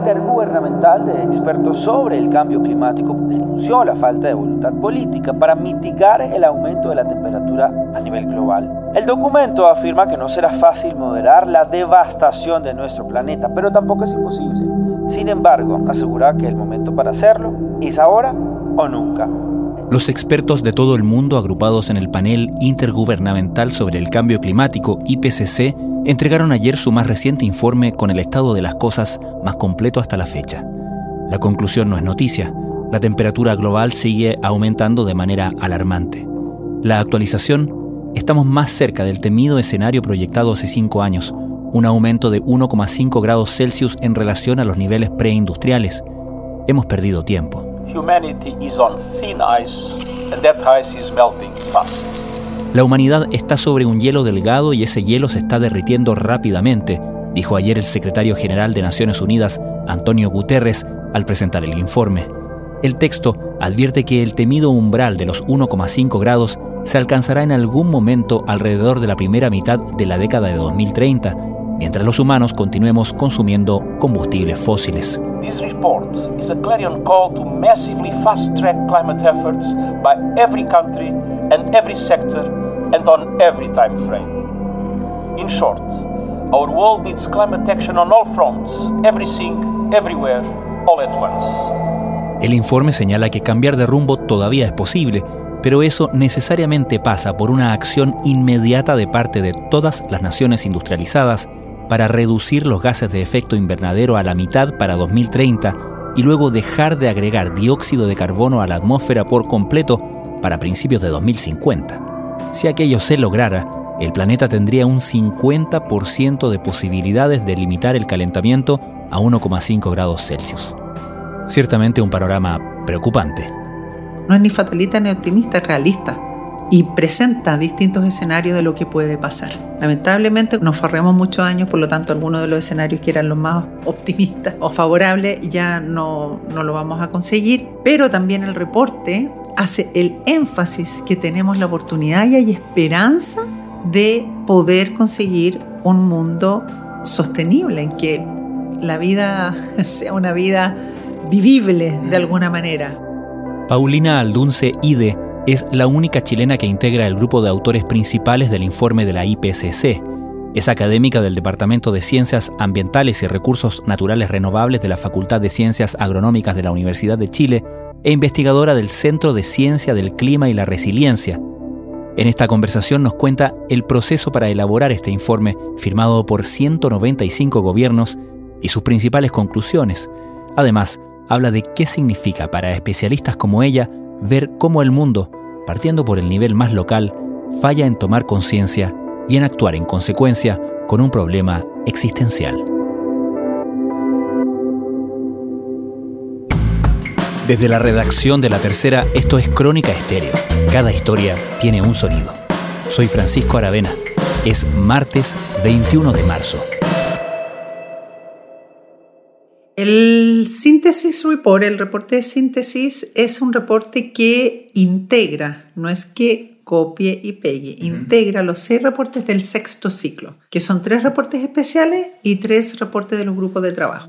intergubernamental de expertos sobre el cambio climático denunció la falta de voluntad política para mitigar el aumento de la temperatura a nivel global. El documento afirma que no será fácil moderar la devastación de nuestro planeta, pero tampoco es imposible. Sin embargo, asegura que el momento para hacerlo es ahora o nunca. Los expertos de todo el mundo agrupados en el panel intergubernamental sobre el cambio climático IPCC entregaron ayer su más reciente informe con el estado de las cosas más completo hasta la fecha. La conclusión no es noticia. La temperatura global sigue aumentando de manera alarmante. La actualización: estamos más cerca del temido escenario proyectado hace 5 años, un aumento de 1,5 grados Celsius en relación a los niveles preindustriales. Hemos perdido tiempo. Humanity is on thin ice, and that ice is melting fast. La humanidad está sobre un hielo delgado y ese hielo se está derritiendo rápidamente, dijo ayer el secretario general de Naciones Unidas, Antonio Guterres, al presentar el informe. El texto advierte que el temido umbral de los 1,5 grados se alcanzará en algún momento alrededor de la primera mitad de la década de 2030, mientras los humanos continuemos consumiendo combustibles fósiles. This report is a clarion call to massively fast-track climate efforts by every country and every sector and on every time frame. In short, our world needs climate action on all fronts, everything, everywhere, all at once. El informe señala que cambiar de rumbo todavía es posible, pero eso necesariamente pasa por una acción inmediata de parte de todas las naciones industrializadas para reducir los gases de efecto invernadero a la mitad para 2030 y luego dejar de agregar dióxido de carbono a la atmósfera por completo para principios de 2050. Si aquello se lograra, el planeta tendría un 50% de posibilidades de limitar el calentamiento a 1,5 grados Celsius. Ciertamente un panorama preocupante. No es ni fatalista ni optimista, es realista y presenta distintos escenarios de lo que puede pasar. Lamentablemente nos forremos muchos años, por lo tanto algunos de los escenarios que eran los más optimistas o favorables ya no lo vamos a conseguir, pero también el reporte hace el énfasis que tenemos la oportunidad y hay esperanza de poder conseguir un mundo sostenible en que la vida sea una vida vivible de alguna manera. Paulina Aldunce Ide es la única chilena que integra el grupo de autores principales del informe de la IPCC. Es académica del Departamento de Ciencias Ambientales y Recursos Naturales Renovables de la Facultad de Ciencias Agronómicas de la Universidad de Chile e investigadora del Centro de Ciencia del Clima y la Resiliencia. En esta conversación nos cuenta el proceso para elaborar este informe firmado por 195 gobiernos y sus principales conclusiones. Además, habla de qué significa para especialistas como ella ver cómo el mundo, partiendo por el nivel más local, falla en tomar conciencia y en actuar en consecuencia con un problema existencial. Desde la redacción de La Tercera, esto es Crónica Estéreo. Cada historia tiene un sonido. Soy Francisco Aravena. Es martes 21 de marzo. El Síntesis Report, el reporte de síntesis, es un reporte que integra, no es que copie y pegue, integra los 6 reportes del 6º ciclo, que son 3 reportes especiales y 3 reportes de los grupos de trabajo.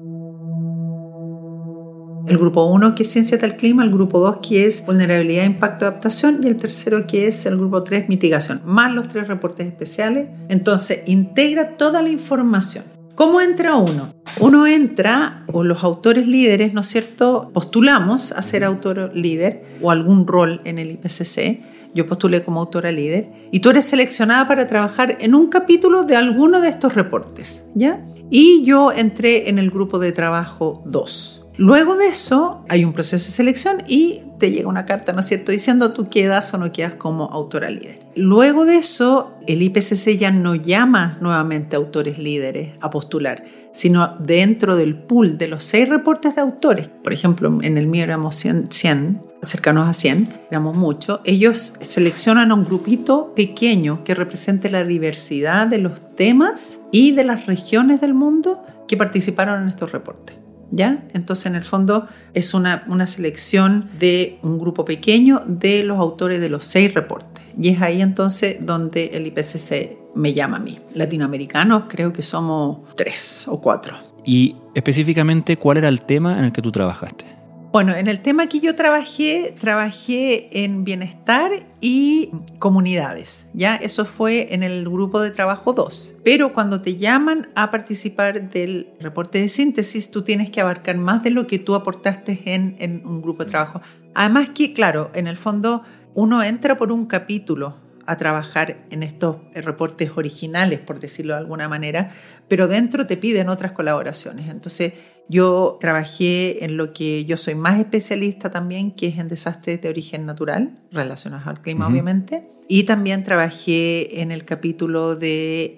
El grupo 1, que es Ciencia del Clima, el grupo 2, que es Vulnerabilidad, Impacto, Adaptación, y el tercero, que es el grupo 3, Mitigación, más los 3 reportes especiales. Entonces, integra toda la información. ¿Cómo entra uno? Uno entra, o los autores líderes, ¿no es cierto? Postulamos a ser autor líder o algún rol en el IPCC. Yo postulé como autora líder y tú eres seleccionada para trabajar en un capítulo de alguno de estos reportes, ¿ya? Y yo entré en el grupo de trabajo 2. Luego de eso hay un proceso de selección y te llega una carta, ¿no es cierto?, diciendo tú quedas o no quedas como autora líder. Luego de eso, el IPCC ya no llama nuevamente autores líderes a postular, sino dentro del pool de los 6 reportes de autores. Por ejemplo, en el mío éramos 100, cercanos a 100, éramos muchos. Ellos seleccionan a un grupito pequeño que represente la diversidad de los temas y de las regiones del mundo que participaron en estos reportes. ¿Ya? Entonces, en el fondo, es una selección de un grupo pequeño de los autores de los 6 reportes. Y es ahí entonces donde el IPCC me llama a mí. Latinoamericanos creo que somos 3 o 4. Y específicamente, ¿cuál era el tema en el que tú trabajaste? Bueno, en el tema que yo trabajé en bienestar y comunidades, ¿ya? Eso fue en el grupo de trabajo 2. Pero cuando te llaman a participar del reporte de síntesis, tú tienes que abarcar más de lo que tú aportaste en un grupo de trabajo. Además que, claro, en el fondo uno entra por un capítulo a trabajar en estos reportes originales, por decirlo de alguna manera, pero dentro te piden otras colaboraciones. Entonces, yo trabajé en lo que yo soy más especialista también, que es en desastres de origen natural, relacionados al clima, obviamente. Y también trabajé en el capítulo del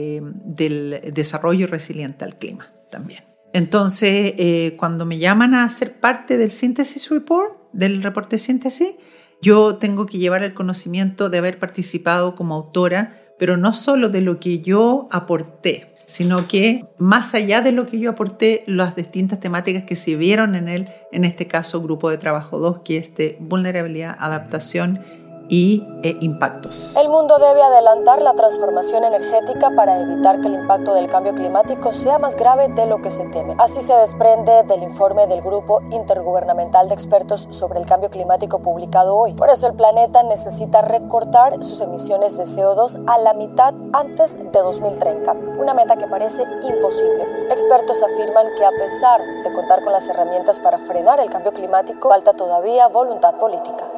desarrollo resiliente al clima también. Entonces, cuando me llaman a ser parte del Synthesis Report, del reporte de síntesis, yo tengo que llevar el conocimiento de haber participado como autora, pero no solo de lo que yo aporté, sino que más allá de lo que yo aporté, las distintas temáticas que se vieron en este caso, grupo de trabajo 2, que es de vulnerabilidad, adaptación y impactos. El mundo debe adelantar la transformación energética para evitar que el impacto del cambio climático sea más grave de lo que se teme. Así se desprende del informe del Grupo Intergubernamental de Expertos sobre el Cambio Climático publicado hoy. Por eso el planeta necesita recortar sus emisiones de CO2 a la mitad antes de 2030, una meta que parece imposible. Expertos afirman que a pesar de contar con las herramientas para frenar el cambio climático, falta todavía voluntad política.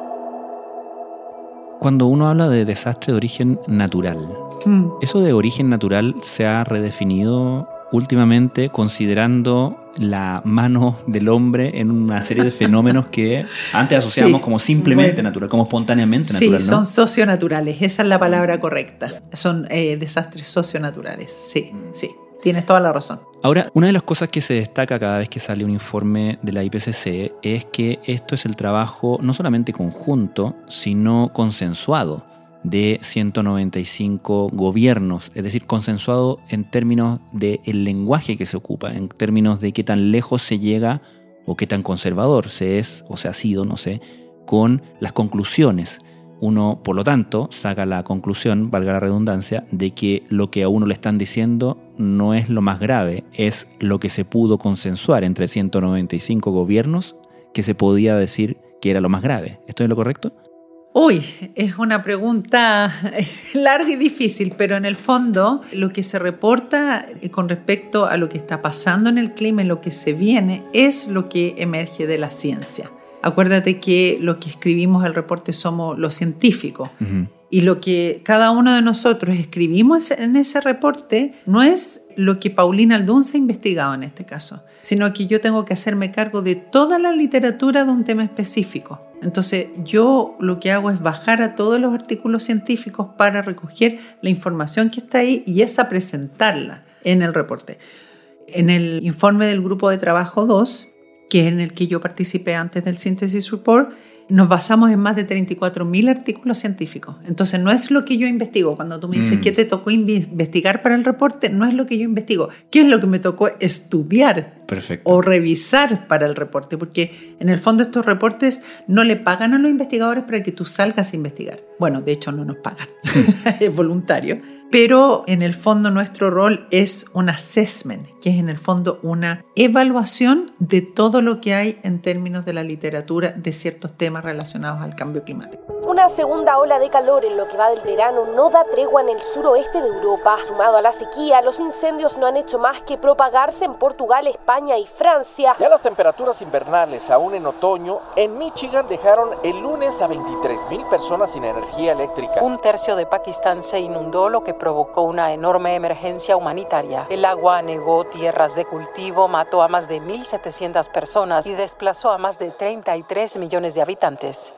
Cuando uno habla de desastre de origen natural, eso de origen natural se ha redefinido últimamente considerando la mano del hombre en una serie de fenómenos que antes asociábamos como simplemente natural, como espontáneamente natural, ¿no? Sí, son socionaturales, esa es la palabra correcta. Son desastres socionaturales, sí. Tienes toda la razón. Ahora, una de las cosas que se destaca cada vez que sale un informe de la IPCC es que esto es el trabajo no solamente conjunto, sino consensuado de 195 gobiernos, es decir, consensuado en términos del lenguaje que se ocupa, en términos de qué tan lejos se llega o qué tan conservador se es o se ha sido, no sé, con las conclusiones. Uno, por lo tanto, saca la conclusión, valga la redundancia, de que lo que a uno le están diciendo no es lo más grave, es lo que se pudo consensuar entre 195 gobiernos que se podía decir que era lo más grave. ¿Esto es lo correcto? Uy, es una pregunta larga y difícil, pero en el fondo lo que se reporta con respecto a lo que está pasando en el clima y lo que se viene es lo que emerge de la ciencia. Acuérdate que lo que escribimos el reporte somos los científicos. Y lo que cada uno de nosotros escribimos en ese reporte no es lo que Paulina Aldunce ha investigado en este caso, sino que yo tengo que hacerme cargo de toda la literatura de un tema específico. Entonces yo lo que hago es bajar a todos los artículos científicos para recoger la información que está ahí y esa presentarla en el reporte. En el informe del grupo de trabajo 2, que es en el que yo participé antes del Synthesis Report, nos basamos en más de 34.000 artículos científicos. Entonces no es lo que yo investigo. Cuando tú me dices ¿qué te tocó investigar para el reporte? No es lo que yo investigo. ¿Qué es lo que me tocó estudiar? Perfecto. O revisar para el reporte? Porque en el fondo estos reportes no le pagan a los investigadores para que tú salgas a investigar. Bueno, de hecho no nos pagan. Es voluntario. Pero en el fondo nuestro rol es un assessment, que es en el fondo una evaluación de todo lo que hay en términos de la literatura de ciertos temas relacionados al cambio climático. Una segunda ola de calor en lo que va del verano no da tregua en el suroeste de Europa. Sumado a la sequía, los incendios no han hecho más que propagarse en Portugal, España y Francia. Ya las temperaturas invernales, aún en otoño, en Michigan dejaron el lunes a 23.000 personas sin energía eléctrica. Un tercio de Pakistán se inundó, lo que provocó una enorme emergencia humanitaria. El agua anegó tierras de cultivo, mató a más de 1.700 personas y desplazó a más de 33 millones de habitantes.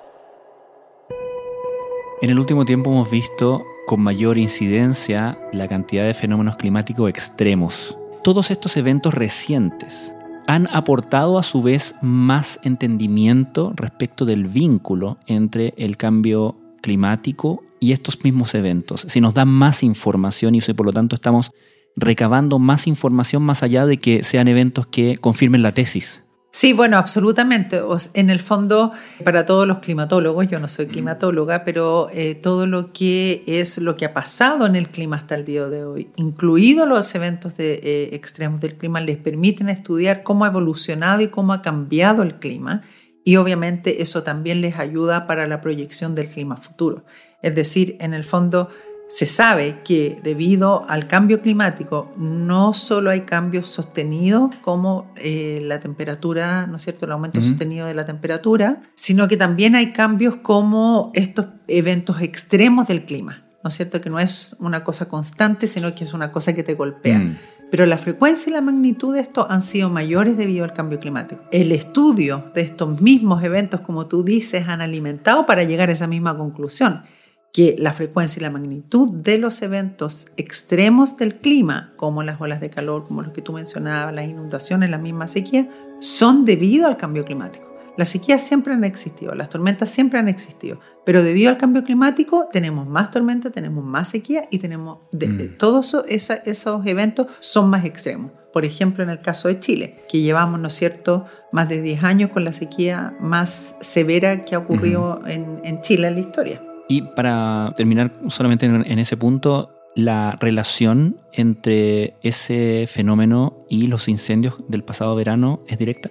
En el último tiempo hemos visto con mayor incidencia la cantidad de fenómenos climáticos extremos. Todos estos eventos recientes han aportado a su vez más entendimiento respecto del vínculo entre el cambio climático y estos mismos eventos. Si nos dan más información y por lo tanto estamos recabando más información más allá de que sean eventos que confirmen la tesis. Sí, bueno, absolutamente. En el fondo, para todos los climatólogos, yo no soy climatóloga, pero todo lo que ha pasado en el clima hasta el día de hoy, incluidos los eventos extremos del clima, les permiten estudiar cómo ha evolucionado y cómo ha cambiado el clima. Y obviamente eso también les ayuda para la proyección del clima futuro. Es decir, en el fondo se sabe que debido al cambio climático no solo hay cambios sostenidos como la temperatura, ¿no es cierto?, el aumento sostenido de la temperatura, sino que también hay cambios como estos eventos extremos del clima, ¿no es cierto?, que no es una cosa constante, sino que es una cosa que te golpea. Pero la frecuencia y la magnitud de esto han sido mayores debido al cambio climático. El estudio de estos mismos eventos, como tú dices, han alimentado para llegar a esa misma conclusión, que la frecuencia y la magnitud de los eventos extremos del clima, como las olas de calor, como los que tú mencionabas, las inundaciones, la misma sequía, son debido al cambio climático. Las sequías siempre han existido, las tormentas siempre han existido, pero debido al cambio climático tenemos más tormentas, tenemos más sequía y tenemos todos esos eventos son más extremos. Por ejemplo, en el caso de Chile, que llevamos, ¿no es cierto?, más de 10 años con la sequía más severa que ha ocurrido en Chile en la historia. Y para terminar solamente en ese punto, la relación entre ese fenómeno y los incendios del pasado verano es directa.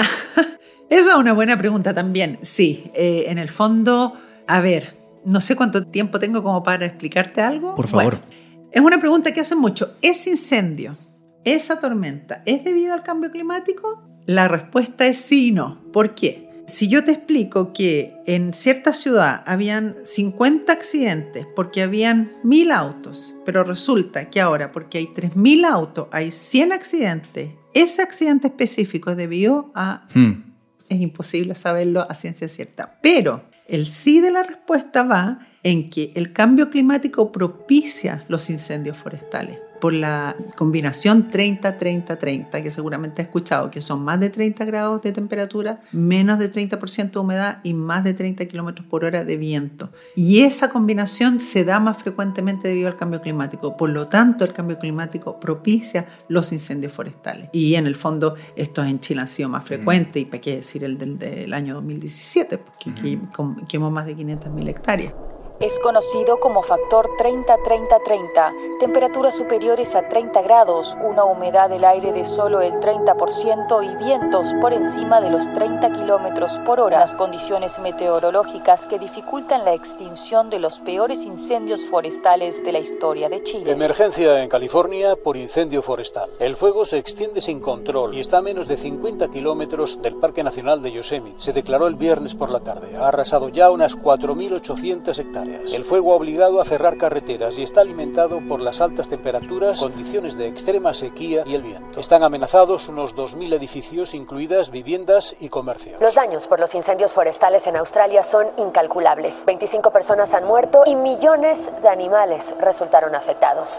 Esa es una buena pregunta también. Sí, en el fondo, a ver, no sé cuánto tiempo tengo como para explicarte algo. Por favor. Bueno, es una pregunta que hacen mucho. ¿Ese incendio, esa tormenta, es debido al cambio climático? La respuesta es sí y no. ¿Por qué? Si yo te explico que en cierta ciudad habían 50 accidentes porque habían 1.000 autos, pero resulta que ahora porque hay 3.000 autos hay 100 accidentes, ese accidente específico es debido a... Es imposible saberlo a ciencia cierta. Pero el sí de la respuesta va en que el cambio climático propicia los incendios forestales por la combinación 30-30-30, que seguramente has escuchado, que son más de 30 grados de temperatura, menos de 30% de humedad y más de 30 kilómetros por hora de viento. Y esa combinación se da más frecuentemente debido al cambio climático. Por lo tanto, el cambio climático propicia los incendios forestales. Y en el fondo, estos en Chile han sido más frecuentes, y para qué decir el del año 2017, porque quemó más de 500.000 hectáreas. Es conocido como factor 30-30-30, temperaturas superiores a 30 grados, una humedad del aire de solo el 30% y vientos por encima de los 30 kilómetros por hora. Las condiciones meteorológicas que dificultan la extinción de los peores incendios forestales de la historia de Chile. Emergencia en California por incendio forestal. El fuego se extiende sin control y está a menos de 50 kilómetros del Parque Nacional de Yosemite. Se declaró el viernes por la tarde. Ha arrasado ya unas 4.800 hectáreas. El fuego ha obligado a cerrar carreteras y está alimentado por las altas temperaturas, condiciones de extrema sequía y el viento. Están amenazados unos 2.000 edificios, incluidas viviendas y comercios. Los daños por los incendios forestales en Australia son incalculables. 25 personas han muerto y millones de animales resultaron afectados.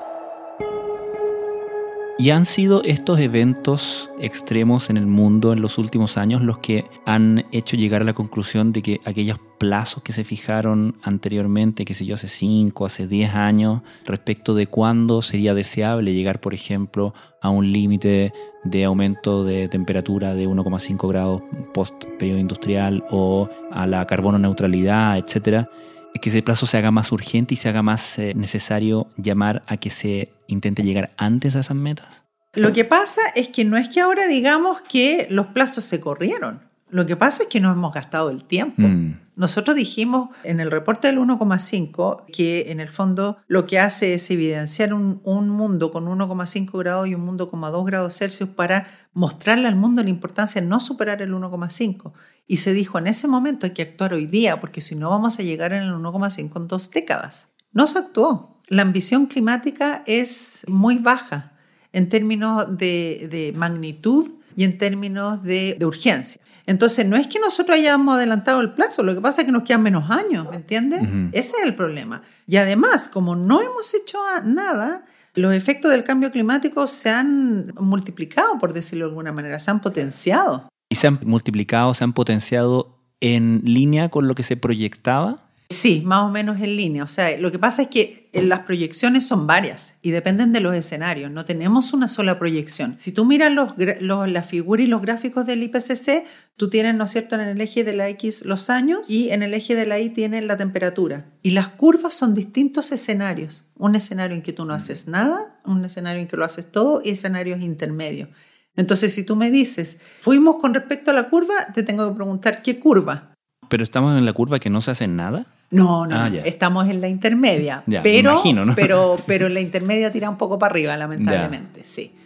¿Y han sido estos eventos extremos en el mundo en los últimos años los que han hecho llegar a la conclusión de que aquellos plazos que se fijaron anteriormente, qué sé yo, hace 5, hace 10 años, respecto de cuándo sería deseable llegar, por ejemplo, a un límite de aumento de temperatura de 1,5 grados post-periodo industrial o a la carbono neutralidad, etcétera, que ese plazo se haga más urgente y se haga más necesario llamar a que se intente llegar antes a esas metas? Lo que pasa es que no es que ahora digamos que los plazos se corrieron. Lo que pasa es que no hemos gastado el tiempo. Nosotros dijimos en el reporte del 1,5 que en el fondo lo que hace es evidenciar un mundo con 1,5 grados y un mundo con 2 grados Celsius para mostrarle al mundo la importancia de no superar el 1,5. Y se dijo en ese momento hay que actuar hoy día porque si no vamos a llegar en el 1,5 en 2 décadas. No se actuó. La ambición climática es muy baja en términos de magnitud y en términos de urgencia. Entonces, no es que nosotros hayamos adelantado el plazo, lo que pasa es que nos quedan menos años, ¿me entiendes? Ese es el problema. Y además, como no hemos hecho nada, los efectos del cambio climático se han multiplicado, por decirlo de alguna manera, se han potenciado. ¿Y se han multiplicado, se han potenciado en línea con lo que se proyectaba? Sí, más o menos en línea. O sea, lo que pasa es que las proyecciones son varias y dependen de los escenarios. No tenemos una sola proyección. Si tú miras las figuras y los gráficos del IPCC, tú tienes, ¿no es cierto?, en el eje de la X los años y en el eje de la Y tienes la temperatura. Y las curvas son distintos escenarios. Un escenario en que tú no haces nada, un escenario en que lo haces todo y escenarios intermedios. Entonces, si tú me dices, fuimos con respecto a la curva, te tengo que preguntar, ¿qué curva? ¿Pero estamos en la curva que no se hace nada? No, estamos en la intermedia, ya, pero, me imagino, ¿no? pero la intermedia tira un poco para arriba, lamentablemente, ya. Sí.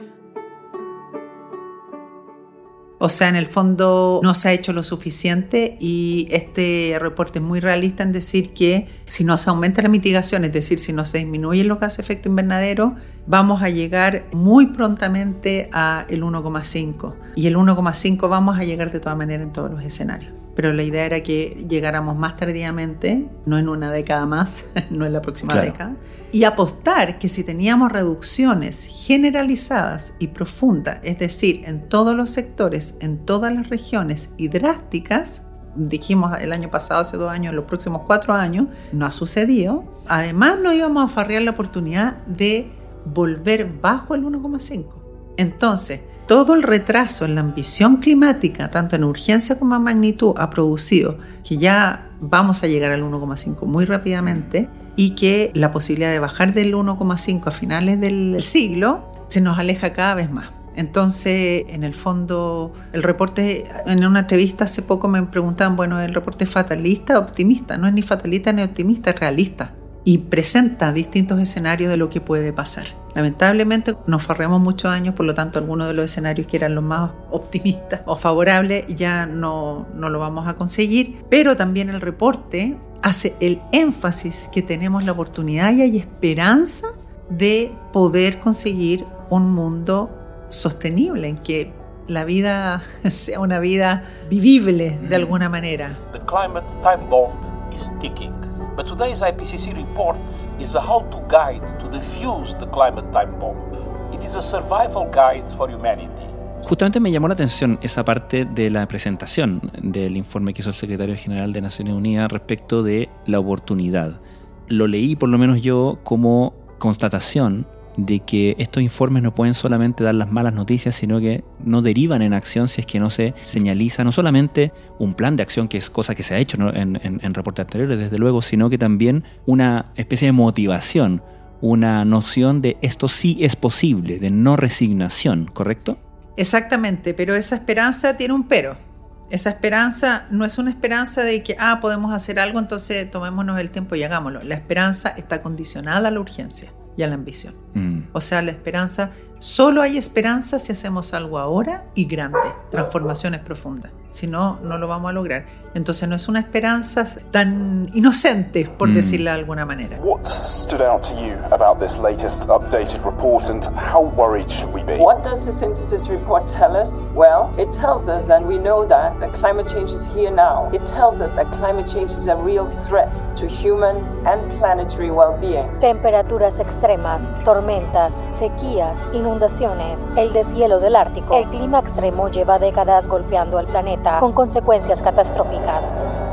O sea, en el fondo no se ha hecho lo suficiente y este reporte es muy realista en decir que si no se aumenta la mitigación, es decir, si no se disminuyen los gases de efecto invernadero, vamos a llegar muy prontamente a el 1,5. Y el 1,5 vamos a llegar de todas maneras en todos los escenarios. Pero la idea era que llegáramos más tardíamente, no en una década más, no en la próxima década, y apostar que si teníamos reducciones generalizadas y profundas, es decir, en todos los sectores, en todas las regiones y drásticas, dijimos el año pasado, hace 2 años, en los próximos 4 años, no ha sucedido. Además, no íbamos a farrear la oportunidad de volver bajo el 1,5. Entonces, todo el retraso en la ambición climática, tanto en urgencia como en magnitud, ha producido que ya vamos a llegar al 1,5 muy rápidamente y que la posibilidad de bajar del 1,5 a finales del siglo se nos aleja cada vez más. Entonces, en el fondo, el reporte, en una entrevista hace poco me preguntaban, bueno, ¿el reporte es fatalista o optimista? No es ni fatalista ni optimista, es realista. Y presenta distintos escenarios de lo que puede pasar. Lamentablemente nos farreamos muchos años, por lo tanto algunos de los escenarios que eran los más optimistas o favorables ya no lo vamos a conseguir, pero también el reporte hace el énfasis que tenemos la oportunidad y hay esperanza de poder conseguir un mundo sostenible en que la vida sea una vida vivible de alguna manera. The climate time bomb is ticking. But today's IPCC report is a how-to guide to defuse the climate time bomb. It is a survival guide for humanity. Justamente me llamó la atención esa parte de la presentación del informe que hizo el secretario general de Naciones Unidas respecto de la oportunidad. Lo leí, por lo menos yo, como constatación de que estos informes no pueden solamente dar las malas noticias, sino que no derivan en acción si es que no se señaliza no solamente un plan de acción, que es cosa que se ha hecho, ¿no?, en reportes anteriores, desde luego, sino que también una especie de motivación, una noción de esto sí es posible, de no resignación, ¿correcto? Exactamente, pero esa esperanza tiene un pero. Esa esperanza no es una esperanza de que podemos hacer algo, entonces tomémonos el tiempo y hagámoslo. La esperanza está condicionada a la urgencia y a la ambición. O sea, la esperanza, solo hay esperanza si hacemos algo ahora y grande, transformaciones profundas. Si no, no lo vamos a lograr. Entonces no es una esperanza tan inocente, por decirlo de alguna manera. What stood out to you about this latest updated report and how worried should we be? What does the synthesis report tell us? Well, it tells us, and we know that climate change is here now. It tells us that climate change is a real threat to human and planetary well-being. Temperaturas extremas, tormentas, sequías, inundaciones, el deshielo del Ártico. El clima extremo lleva décadas golpeando al planeta con consecuencias catastróficas.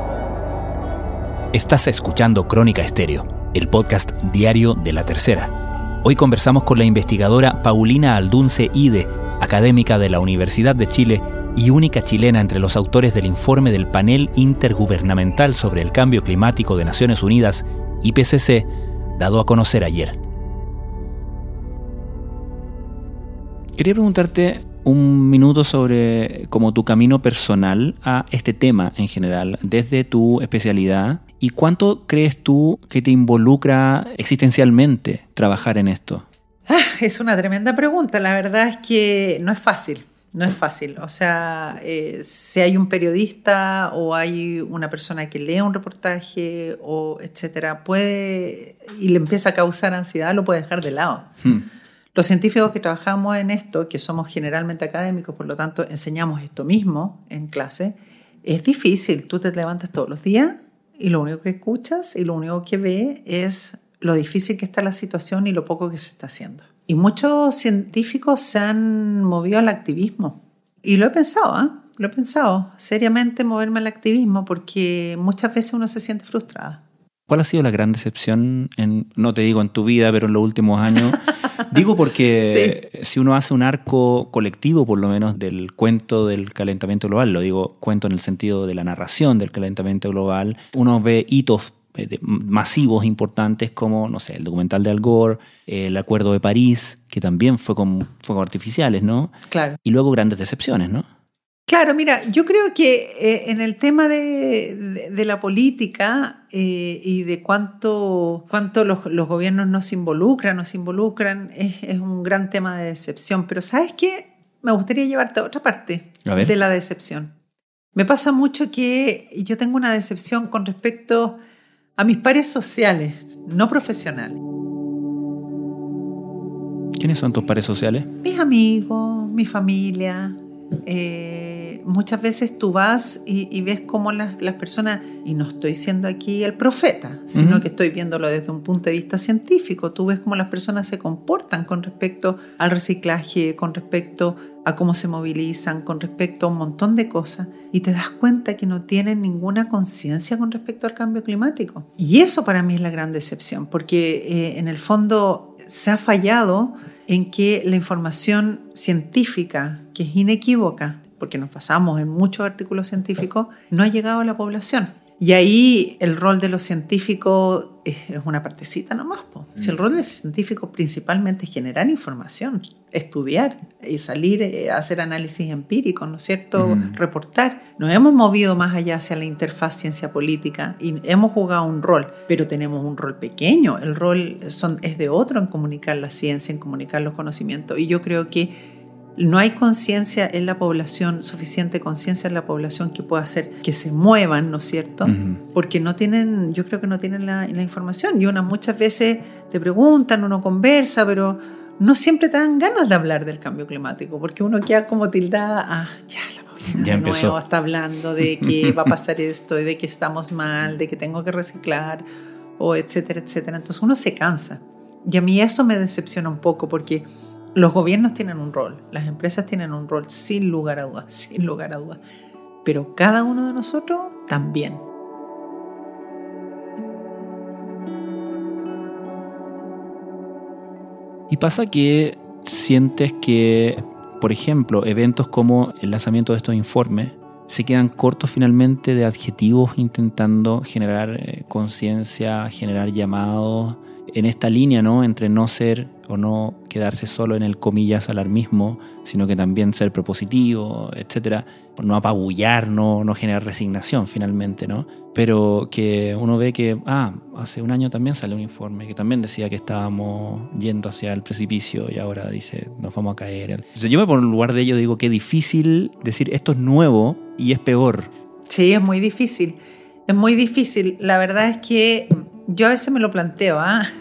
Estás escuchando Crónica Estéreo, el podcast diario de La Tercera. Hoy conversamos con la investigadora Paulina Aldunce Ide, académica de la Universidad de Chile y única chilena entre los autores del informe del Panel Intergubernamental sobre el Cambio Climático de Naciones Unidas, IPCC, dado a conocer ayer. Quería preguntarte un minuto sobre como tu camino personal a este tema en general, desde tu especialidad, y cuánto crees tú que te involucra existencialmente trabajar en esto. Es una tremenda pregunta. La verdad es que no es fácil. No es fácil. O sea, si hay un periodista o hay una persona que lee un reportaje o etcétera, puede y le empieza a causar ansiedad, lo puede dejar de lado. Los científicos que trabajamos en esto, que somos generalmente académicos, por lo tanto enseñamos esto mismo en clase, es difícil. Tú te levantas todos los días y lo único que escuchas y lo único que ves es lo difícil que está la situación y lo poco que se está haciendo. Y muchos científicos se han movido al activismo. Y lo he pensado seriamente moverme al activismo porque muchas veces uno se siente frustrada. ¿Cuál ha sido la gran decepción, no te digo en tu vida, pero en los últimos años? Digo porque sí. Si uno hace un arco colectivo, por lo menos, del cuento del calentamiento global, lo digo cuento en el sentido de la narración del calentamiento global, uno ve hitos masivos importantes como, no sé, el documental de Al Gore, el Acuerdo de París, que también fue con fuegos artificiales, ¿no? Claro. Y luego grandes decepciones, ¿no? Claro, mira, yo creo que en el tema de la política y de cuánto los gobiernos nos involucran es un gran tema de decepción. Pero ¿sabes qué? Me gustaría llevarte a otra parte de la decepción. Me pasa mucho que yo tengo una decepción con respecto a mis pares sociales, no profesionales. ¿Quiénes son tus pares sociales? Mis amigos, mi familia. Muchas veces tú vas y ves cómo las personas, y no estoy siendo aquí el profeta, sino que estoy viéndolo desde un punto de vista científico, tú ves cómo las personas se comportan con respecto al reciclaje, con respecto a cómo se movilizan, con respecto a un montón de cosas, y te das cuenta que no tienen ninguna conciencia con respecto al cambio climático. Y eso para mí es la gran decepción, porque en el fondo se ha fallado en que la información científica, que es inequívoca, porque nos basamos en muchos artículos científicos, no ha llegado a la población. Y ahí el rol de los científicos es una partecita nomás. Si el rol del científico principalmente es generar información, estudiar y salir a hacer análisis empíricos, ¿no es cierto? Reportar. Nos hemos movido más allá hacia la interfaz ciencia-política y hemos jugado un rol, pero tenemos un rol pequeño. El rol es de otro en comunicar la ciencia, en comunicar los conocimientos. Y yo creo que no hay conciencia en la población, suficiente conciencia en la población que pueda hacer que se muevan, ¿no es cierto? Porque yo creo que no tienen la información. Y muchas veces te preguntan, uno conversa, pero no siempre te dan ganas de hablar del cambio climático, porque uno queda como tildada, la Paulina de nuevo está hablando de que va a pasar esto, de que estamos mal, de que tengo que reciclar, o etcétera, etcétera. Entonces uno se cansa. Y a mí eso me decepciona un poco, porque los gobiernos tienen un rol, las empresas tienen un rol, sin lugar a dudas, pero cada uno de nosotros también. Y pasa que sientes que, por ejemplo, eventos como el lanzamiento de estos informes se quedan cortos finalmente de adjetivos intentando generar conciencia, generar llamados en esta línea, ¿no? Entre no ser o no quedarse solo en el comillas alarmismo, sino que también ser propositivo, etcétera. No apabullar, no generar resignación finalmente, ¿no? Pero que uno ve que hace un año también salió un informe que también decía que estábamos yendo hacia el precipicio y ahora dice nos vamos a caer. Entonces yo me pongo en lugar de ello, digo qué difícil decir esto es nuevo y es peor. Sí, es muy difícil. Es muy difícil. La verdad es que yo a veces me lo planteo,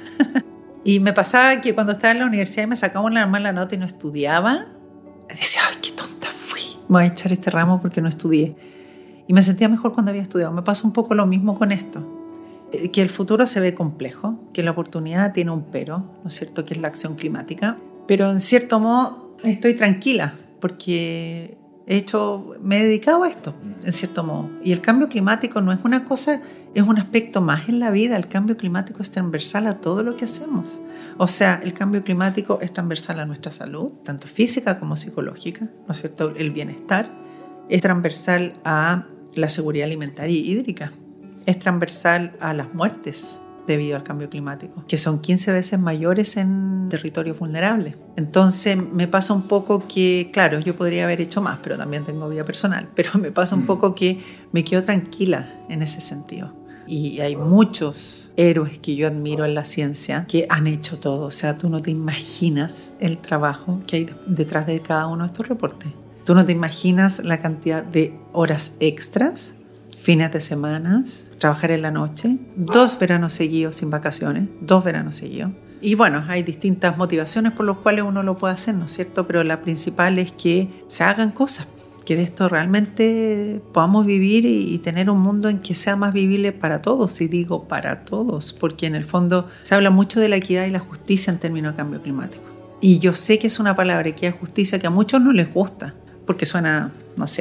Y me pasaba que cuando estaba en la universidad y me sacaba una mala nota y no estudiaba, decía, ¡ay, qué tonta fui! Voy a echar este ramo porque no estudié. Y me sentía mejor cuando había estudiado. Me pasa un poco lo mismo con esto. Que el futuro se ve complejo, que la oportunidad tiene un pero, ¿no es cierto?, que es la acción climática. Pero en cierto modo estoy tranquila porque me he dedicado a esto, en cierto modo. Y el cambio climático no es una cosa, es un aspecto más en la vida. El cambio climático es transversal a todo lo que hacemos. O sea, el cambio climático es transversal a nuestra salud, tanto física como psicológica, ¿no es cierto? El bienestar es transversal a la seguridad alimentaria y hídrica, es transversal a las muertes debido al cambio climático, que son 15 veces mayores en territorios vulnerables. Entonces me pasa un poco que, claro, yo podría haber hecho más, pero también tengo vida personal, pero me pasa un poco que me quedo tranquila en ese sentido. Y hay muchos héroes que yo admiro en la ciencia que han hecho todo. O sea, tú no te imaginas el trabajo que hay detrás de cada uno de estos reportes. Tú no te imaginas la cantidad de horas extras, fines de semana, trabajar en la noche, 2 veranos seguidos sin vacaciones, 2 veranos seguidos. Y bueno, hay distintas motivaciones por las cuales uno lo puede hacer, ¿no es cierto? Pero la principal es que se hagan cosas, que de esto realmente podamos vivir y tener un mundo en que sea más vivible para todos. Y digo para todos, porque en el fondo se habla mucho de la equidad y la justicia en términos de cambio climático. Y yo sé que es una palabra, equidad y justicia, que a muchos no les gusta, porque suena, no sé,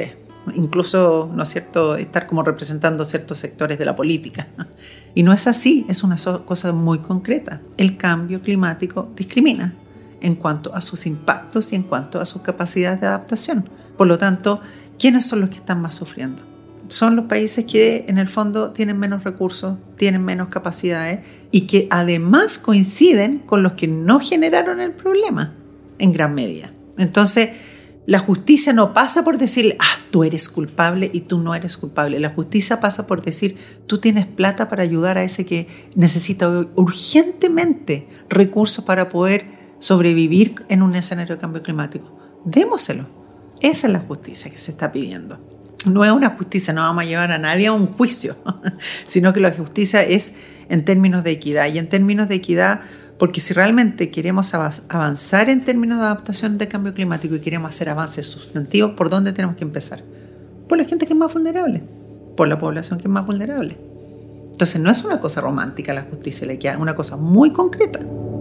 incluso, ¿no es cierto?, estar como representando ciertos sectores de la política. Y no es así, es una cosa muy concreta. El cambio climático discrimina en cuanto a sus impactos y en cuanto a sus capacidades de adaptación. Por lo tanto, ¿quiénes son los que están más sufriendo? Son los países que en el fondo tienen menos recursos, tienen menos capacidades y que además coinciden con los que no generaron el problema en gran medida. Entonces, la justicia no pasa por decir, tú eres culpable y tú no eres culpable. La justicia pasa por decir, tú tienes plata para ayudar a ese que necesita urgentemente recursos para poder sobrevivir en un escenario de cambio climático. Démoselo. Esa es la justicia que se está pidiendo. No es una justicia, no vamos a llevar a nadie a un juicio, sino que la justicia es en términos de equidad. Y en términos de equidad, porque si realmente queremos avanzar en términos de adaptación del cambio climático y queremos hacer avances sustantivos, ¿por dónde tenemos que empezar? Por la gente que es más vulnerable, por la población que es más vulnerable. Entonces no es una cosa romántica la justicia, la equidad, es una cosa muy concreta.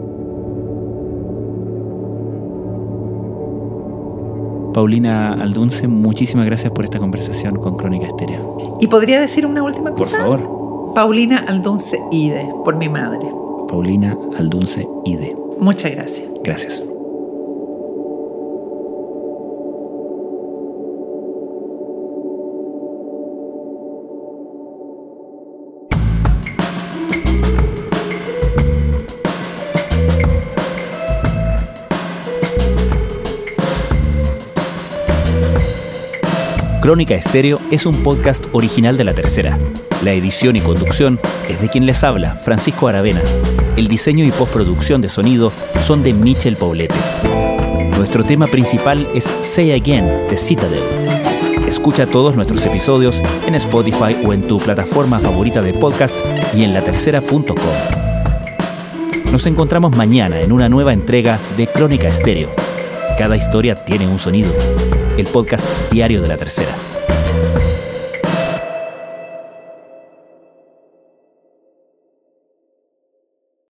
Paulina Aldunce, muchísimas gracias por esta conversación con Crónica Estéreo. ¿Y podría decir una última cosa? Por favor. Paulina Aldunce Ide, por mi madre. Paulina Aldunce Ide. Muchas gracias. Gracias. Crónica Estéreo es un podcast original de La Tercera. La edición y conducción es de quien les habla, Francisco Aravena. El diseño y postproducción de sonido son de Michel Poblete. Nuestro tema principal es Say Again, de Citadel. Escucha todos nuestros episodios en Spotify o en tu plataforma favorita de podcast y en latercera.com. Nos encontramos mañana en una nueva entrega de Crónica Estéreo. Cada historia tiene un sonido. El podcast diario de La Tercera.